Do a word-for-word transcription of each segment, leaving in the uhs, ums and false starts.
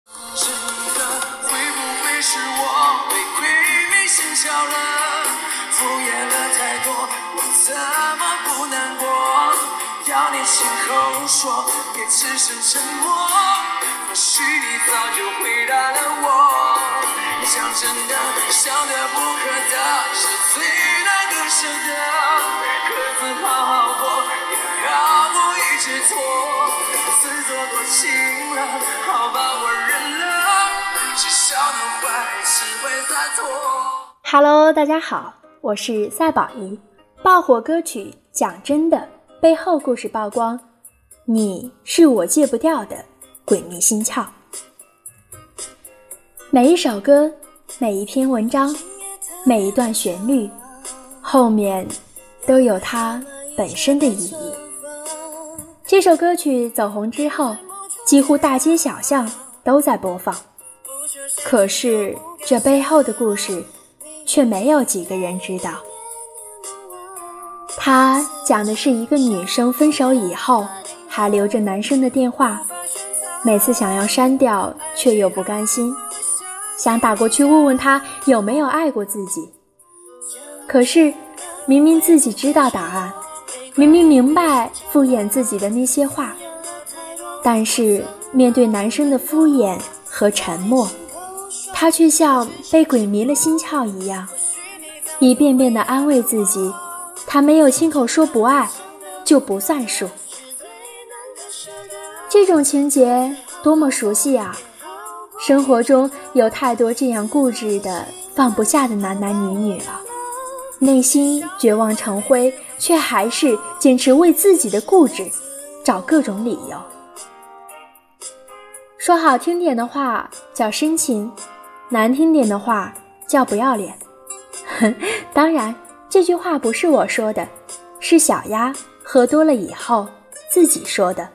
真的会不会是我被鬼迷心窍了，敷衍了太多，我怎么不难过？要你亲口说，别只剩沉默，或许你早就回答了我。讲真的，想得不可得，是最难割舍的，各自好好过，别让我一直拖，自作多情了，好吧我认了，至少能换来释怀洒脱。 Hello， 大家好，我是赛宝仪。爆火歌曲讲真的背后故事曝光，你是我戒不掉的鬼迷心窍。每一首歌，每一篇文章，每一段旋律，后面都有它本身的意义。这首歌曲走红之后，几乎大街小巷都在播放，可是这背后的故事却没有几个人知道。它讲的是一个女生分手以后还留着男生的电话，每次想要删掉却又不甘心，想打过去问问他有没有爱过自己。可是明明自己知道答案，明明明白敷衍自己的那些话，但是面对男生的敷衍和沉默，他却像被鬼迷了心窍一样，一遍遍地安慰自己，他没有亲口说不爱就不算数。这种情节多么熟悉啊！生活中有太多这样固执的放不下的男男女女了，内心绝望成灰，却还是坚持为自己的固执找各种理由。说好听点的话叫深情，难听点的话叫不要脸。当然这句话不是我说的，是小鸭喝多了以后自己说的。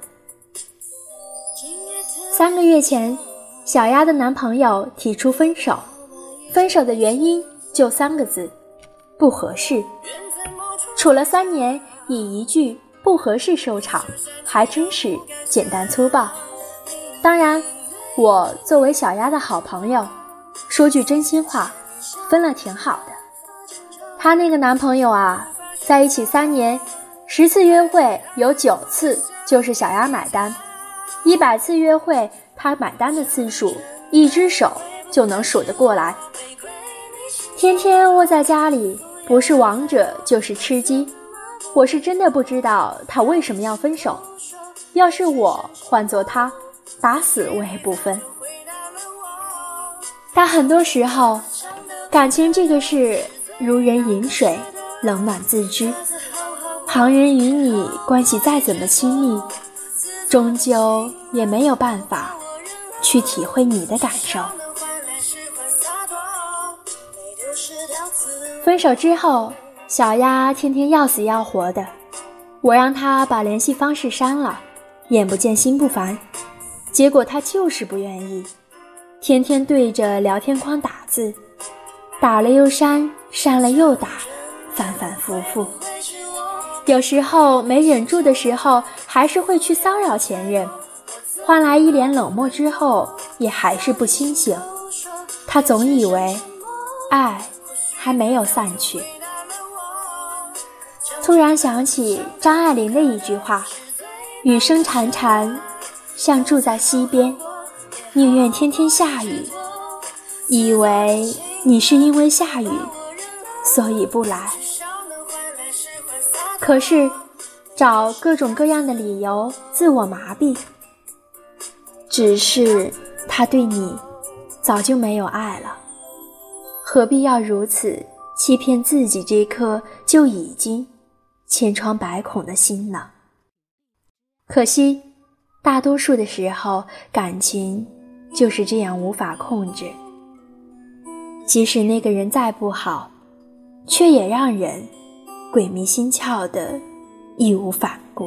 三个月前，小鸭的男朋友提出分手，分手的原因就三个字：不合适。处了三年，以一句不合适收场，还真是简单粗暴。当然，我作为小鸭的好朋友，说句真心话，分了挺好的。她那个男朋友啊，在一起三年，十次约会有九次就是小鸭买单，一百次约会他买单的次数，一只手就能数得过来。天天窝在家里，不是王者就是吃鸡。我是真的不知道他为什么要分手，要是我换做他，打死我也不分。但很多时候，感情这个事如人饮水，冷暖自知。旁人与你关系再怎么亲密，终究也没有办法去体会你的感受。分手之后，小鸭天天要死要活的，我让他把联系方式删了，眼不见心不烦，结果他就是不愿意，天天对着聊天框打字，打了又删，删了又打，反反复复。有时候没忍住的时候，还是会去骚扰前任，换来一脸冷漠之后，也还是不清醒。他总以为爱还没有散去。突然想起张爱玲的一句话：雨声潺潺，像住在溪边，宁愿天天下雨，以为你是因为下雨所以不来。可是找各种各样的理由自我麻痹，只是他对你早就没有爱了，何必要如此欺骗自己这颗就已经千疮百孔的心呢？可惜大多数的时候，感情就是这样无法控制，即使那个人再不好，却也让人鬼迷心窍的义无反顾。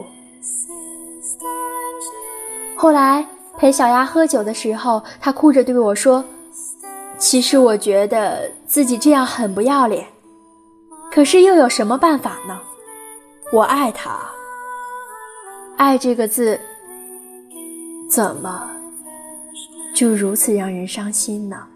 后来陪小鸭喝酒的时候，他哭着对我说，其实我觉得自己这样很不要脸，可是又有什么办法呢？我爱他，爱这个字怎么就如此让人伤心呢？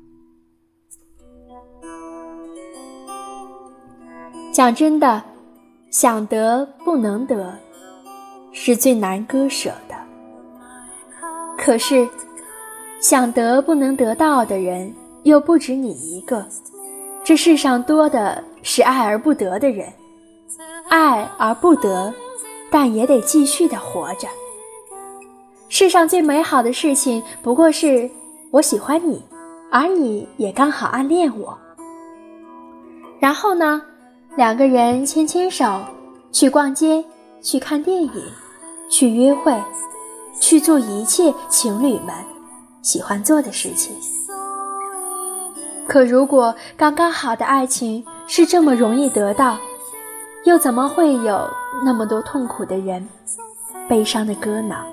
讲真的，想得不能得，是最难割舍的。可是，想得不能得到的人，又不止你一个。这世上多的是爱而不得的人，爱而不得，但也得继续的活着。世上最美好的事情，不过是我喜欢你，而你也刚好暗恋我。然后呢，两个人牵牵手，去逛街，去看电影，去约会，去做一切情侣们喜欢做的事情。可如果刚刚好的爱情是这么容易得到，又怎么会有那么多痛苦的人，悲伤的歌呢？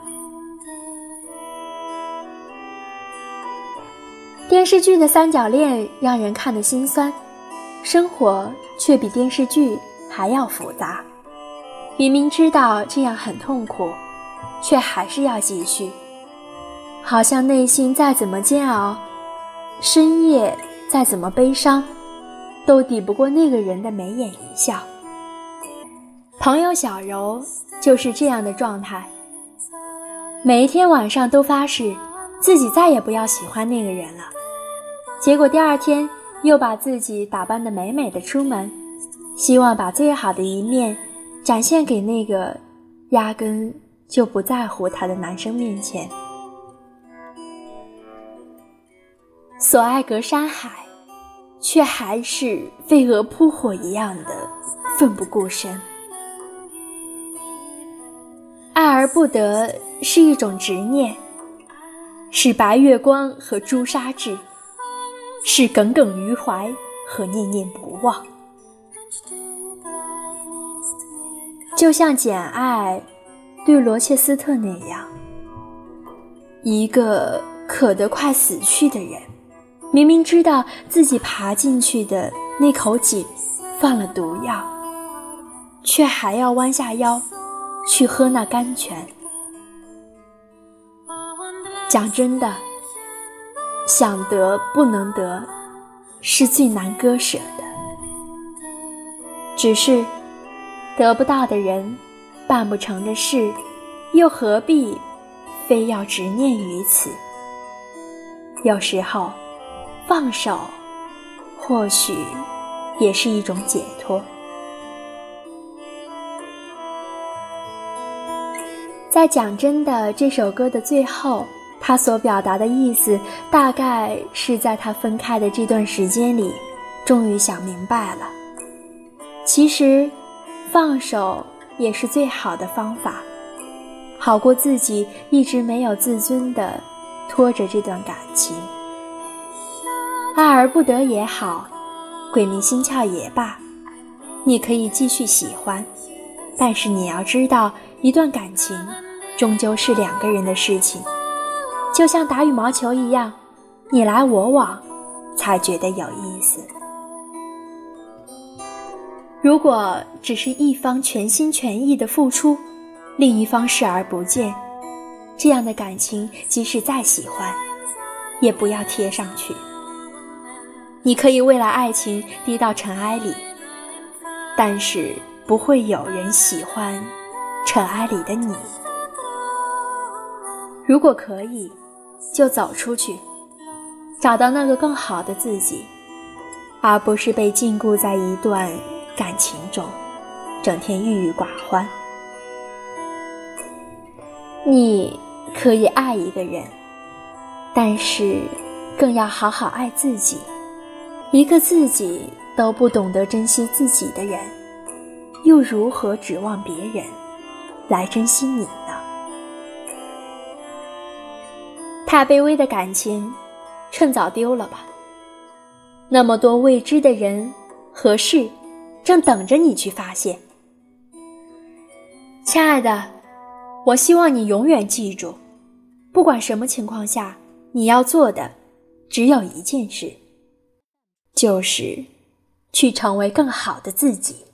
电视剧的三角恋让人看得心酸，生活却比电视剧还要复杂。明明知道这样很痛苦，却还是要继续。好像内心再怎么煎熬，深夜再怎么悲伤，都抵不过那个人的眉眼一笑。朋友小柔就是这样的状态，每一天晚上都发誓自己再也不要喜欢那个人了，结果第二天又把自己打扮得美美的出门，希望把最好的一面展现给那个压根就不在乎他的男生面前。所爱隔山海，却还是飞蛾扑火一样的奋不顾身。爱而不得是一种执念，是白月光和朱砂痣，是耿耿于怀和念念不忘。就像简爱对罗切斯特那样，一个渴得快死去的人，明明知道自己爬进去的那口井放了毒药，却还要弯下腰去喝那甘泉。讲真的，想得不能得，是最难割舍的。只是得不到的人，办不成的事，又何必非要执念于此？有时候放手或许也是一种解脱。在讲真的这首歌的最后，他所表达的意思大概是在他分开的这段时间里终于想明白了，其实放手也是最好的方法，好过自己一直没有自尊地拖着这段感情。爱而不得也好，鬼迷心窍也罢，你可以继续喜欢，但是你要知道，一段感情终究是两个人的事情，就像打羽毛球一样，你来我往才觉得有意思。如果只是一方全心全意的付出，另一方视而不见，这样的感情即使再喜欢，也不要贴上去。你可以为了爱情低到尘埃里，但是不会有人喜欢尘埃里的你。如果可以，就走出去，找到那个更好的自己，而不是被禁锢在一段感情中，整天郁郁寡欢。你可以爱一个人，但是更要好好爱自己。一个自己都不懂得珍惜自己的人，又如何指望别人来珍惜你呢？太卑微的感情，趁早丢了吧。那么多未知的人和事，正等着你去发现。亲爱的，我希望你永远记住，不管什么情况下，你要做的只有一件事，就是去成为更好的自己。